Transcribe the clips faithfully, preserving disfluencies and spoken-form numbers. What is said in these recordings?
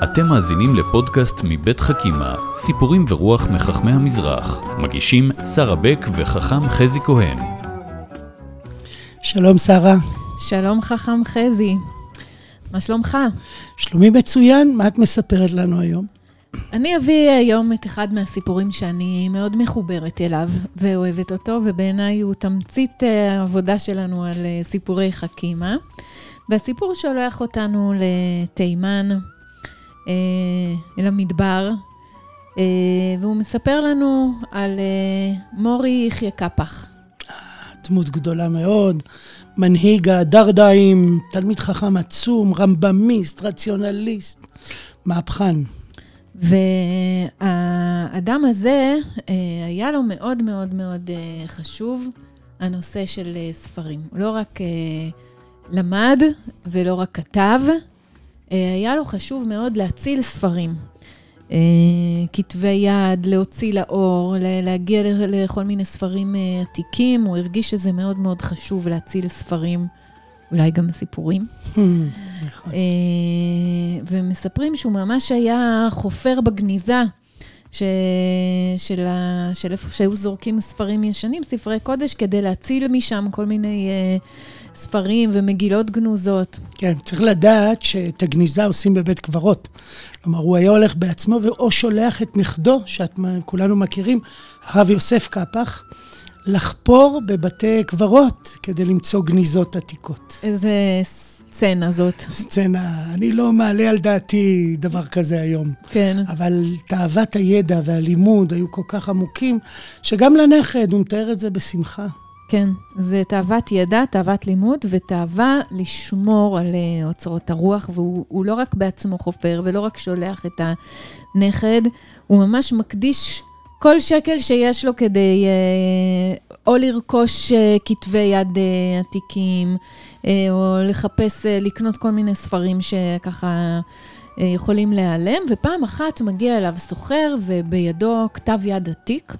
אתם מאזינים לפודקאסט מבית חכימה, סיפורים ורוח מחכמי המזרח. מגישים שרה בק וחכם חזי כהן. שלום שרה. שלום חכם חזי. מה שלומך? שלומי מצוין, מה את מספרת לנו היום? אני אביא היום את אחד מהסיפורים שאני מאוד מחוברת אליו ואוהבת אותו, ובעיניי הוא תמצית העבודה שלנו על סיפורי חכימה. והסיפור שולח אותנו לתימן, אל המדבר, והוא מספר לנו על מורי יחיא קפח. דמות גדולה מאוד, מנהיג הדרדאים, תלמיד חכם עצום, רמב"מיסט, רציונליסט, מהפכן. והאדם הזה, היה לו מאוד מאוד מאוד חשוב הנושא של ספרים. הוא לא רק למד ולא רק כתב, היה לו חשוב מאוד להציל ספרים. כתבי יד, להוציא לאור, להגיע לכל מיני ספרים עתיקים. הוא הרגיש שזה מאוד מאוד חשוב להציל ספרים, אולי גם סיפורים. נכון. ומספרים שהוא ממש היה חופר בגניזה, של איפה שהיו זורקים ספרים ישנים, ספרי קודש, כדי להציל משם כל מיני ספרים ומגילות גנוזות. כן, צריך לדעת שאת הגניזה עושים בבית קברות. כלומר, הוא היה הולך בעצמו, או שולח את נכדו, שכולנו מכירים, הרב יוסף קפח, לחפור בבתי קברות, כדי למצוא גניזות עתיקות. איזה סצנה זאת. סצנה, אני לא מעלה על דעתי דבר כזה היום. כן. אבל תאוות הידע והלימוד היו כל כך עמוקים, שגם לנכד הוא מתאר את זה בשמחה. כן, זה תאוות ידע, תאוות לימוד, ותאווה לשמור על אוצרות הרוח, והוא לא רק בעצמו חופר, ולא רק שולח את הנכד, הוא ממש מקדיש כל שקל שיש לו כדי אה, או לרכוש אה, כתבי יד אה, עתיקים, אה, או לחפש, אה, לקנות כל מיני ספרים שככה אה, יכולים להיעלם, ופעם אחת מגיע אליו סוחר, ובידו כתב יד עתיק,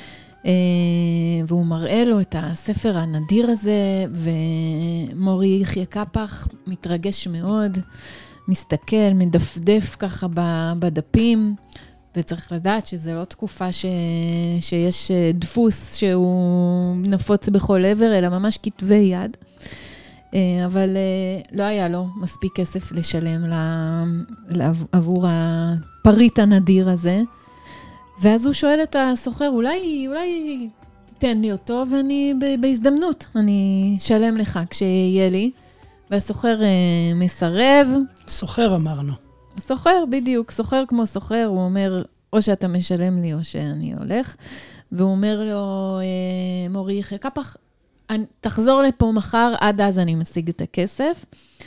והוא מראה לו את הספר הנדיר הזה, ומורי יחיא קפח מתרגש מאוד, מסתכל, מדפדף ככה בדפים, וצריך לדעת שזה לא תקופה ש... שיש דפוס שהוא נפוץ בכל עבר, אלא ממש כתבי יד. אבל לא היה לו מספיק כסף לשלם עבור הפריט הנדיר הזה. ואז הוא שואל את הסוחר, אולי, אולי תן לי אותו, ואני בהזדמנות, אני אשלם לך כשיהיה לי. והסוחר מסרב. סוחר אמרנו. סוחר, בדיוק, סוחר כמו סוחר, הוא אומר, או שאתה משלם לי, או שאני הולך. והוא אומר לו, מורי יחיא קפח, תחזור לפה מחר, עד אז אני משיג את הכסף.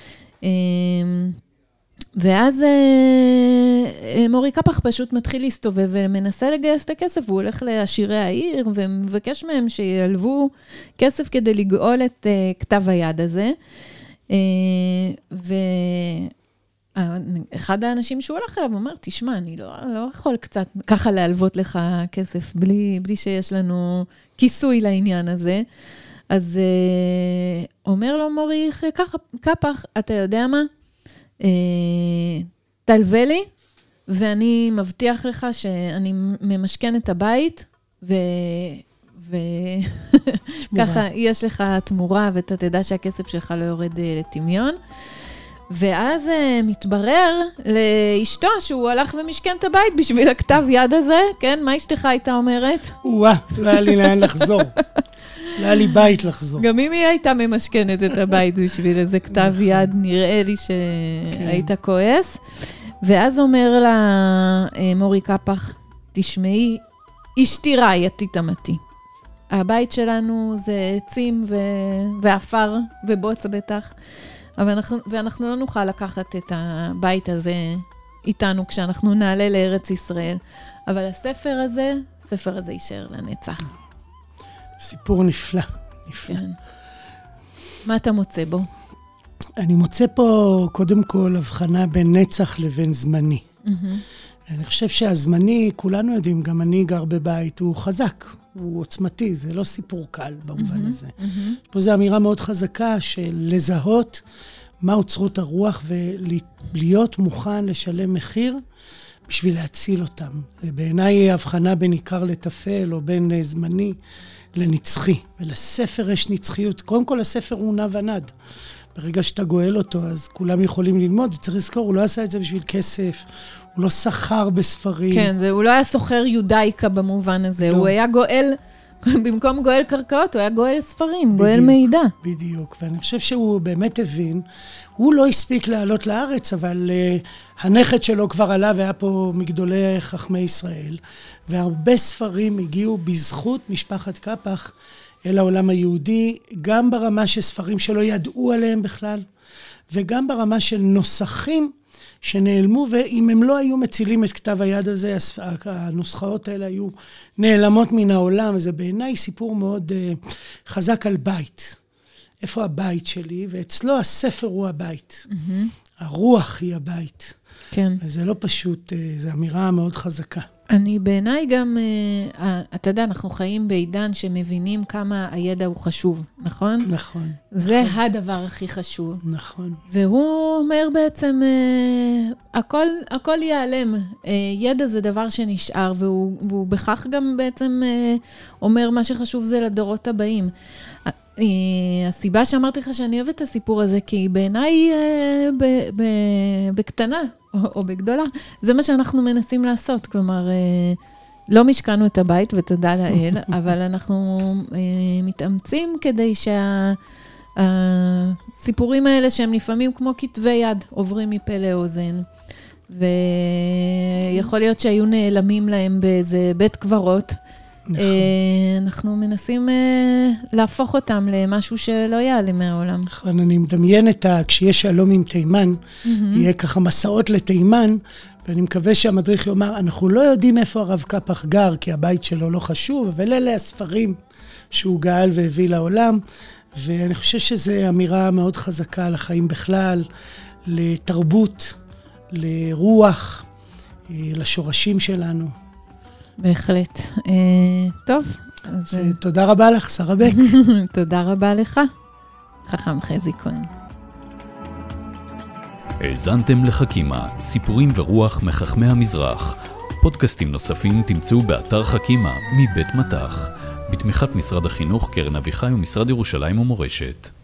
ואז מורי קפח פשוט מתחיל להסתובב ומנסה לגייס את הכסף, והוא הולך לעשירי העיר ומבקש מהם שילוו כסף כדי לגאול את כתב היד הזה. ואחד האנשים שהוא הולך אליו אומר, תשמע, אני לא, לא יכול קצת ככה להלוות לך כסף, בלי, בלי שיש לנו כיסוי לעניין הזה. אז אומר לו מורי קפח, אתה יודע מה? תלווה לי, ואני מבטיח לך שאני ממשכן את הבית, וככה יש לך תמורה, ואתה תדע שהכסף שלך לא יורד לטמיון. ואז מתברר לאשתו שהוא הלך ומשכן את הבית בשביל הכתב יד הזה, כן? מה אשתך הייתה אומרת? וואה, לא היה לי לאן לחזור. לא היה לי בית לחזור. גם אם היא הייתה ממשכנת את הבית בשביל איזה כתב יד, נראה לי שהיית כועס. ואז אומר לה מורי קפח, תשמעי, אשתי רעייתי תמתי. הבית שלנו זה עצים ואפר ובוץ בטח, ואנחנו לא נוכל לקחת את הבית הזה איתנו כשאנחנו נעלה לארץ ישראל. אבל הספר הזה, הספר הזה יישאר לנצח. סיפור נפלא, נפלא. כן. מה אתה מוצא בו? אני מוצא פה קודם כל הבחנה בין נצח לבין זמני. Mm-hmm. אני חושב שהזמני, כולנו יודעים, גם אני גר בבית, הוא חזק, הוא עוצמתי, זה לא סיפור קל במובן mm-hmm. הזה. Mm-hmm. פה זו אמירה מאוד חזקה של לזהות מה אוצרות הרוח, ולהיות מוכן לשלם מחיר בשביל להציל אותם. זה בעיניי הבחנה בין עיקר לטפל, או בין זמני לנצחי. ולספר יש נצחיות. קודם כל, הספר הוא נע ונד. ברגע שאתה גואל אותו, אז כולם יכולים ללמוד. צריך לזכור, הוא לא עשה את זה בשביל כסף, הוא לא שכר בספרים. כן, זה, הוא לא היה סוחר יודאיקה במובן הזה, לא. הוא היה גואל, במקום גואל קרקעות, הוא היה גואל ספרים, בדיוק, גואל מידע. בדיוק, ואני חושב שהוא באמת הבין, הוא לא הספיק לעלות לארץ, אבל uh, הנכד שלו כבר עלה, והיה פה מגדולי חכמי ישראל, והרבה ספרים הגיעו בזכות משפחת קפח, אל העולם היהודי, גם ברמה של ספרים שלא ידעו עליהם בכלל, וגם ברמה של נוסחים שנעלמו, ואם הם לא היו מצילים את כתב היד הזה, הנוסחאות האלה היו נעלמות מן העולם, וזה בעיניי סיפור מאוד uh, חזק על בית. איפה הבית שלי? ואצלו הספר הוא הבית. Mm-hmm. הרוח היא הבית. כן. וזה לא פשוט, uh, זו אמירה מאוד חזקה. אני בעיניי גם, uh, אתה יודע, אנחנו חיים בעידן שמבינים כמה הידע הוא חשוב, נכון? נכון. זה נכון. הדבר הכי חשוב. נכון. והוא אומר בעצם, uh, הכל, הכל ייעלם. Uh, ידע זה דבר שנשאר, והוא, והוא בכך גם בעצם uh, אומר מה שחשוב זה לדורות הבאים. Uh, הסיבה שאמרתי לך שאני אוהבת את הסיפור הזה, כי בעיניי uh, ב- ב- בקטנה, או, או בגדולה, זה מה שאנחנו מנסים לעשות. כלומר, uh, לא משכנו את הבית, ותודה לאל, אבל אנחנו uh, מתאמצים כדי שהסיפורים האלה, שהם לפעמים כמו כתבי יד, עוברים מפה לאוזן, ויכול להיות שהיו נעלמים להם באיזה בית קברות, נכון. אנחנו מנסים להפוך אותם למשהו שלא יעלה מהעולם. נכון, אני מדמיין את ה... כשיש שלום עם תימן, mm-hmm. יהיה ככה מסעות לתימן, ואני מקווה שהמדריך יאמר, אנחנו לא יודעים איפה הרב קפח גר, כי הבית שלו לא חשוב, אבל אלה הספרים שהוא גאל והביא לעולם, ואני חושב שזו אמירה מאוד חזקה לחיים בכלל, לתרבות, לרוח, לשורשים שלנו. בהחלט. טוב. אז... תודה רבה לך, שרה בק. תודה רבה לך, חכם חזי כהן. האזנתם לחכימה, סיפורים ורוח מחכמי המזרח. פודקאסטים נוספים תמצאו באתר חכימה מבית מטח, בתמיכת משרד החינוך, קרן אביחי ומשרד ירושלים ומורשת.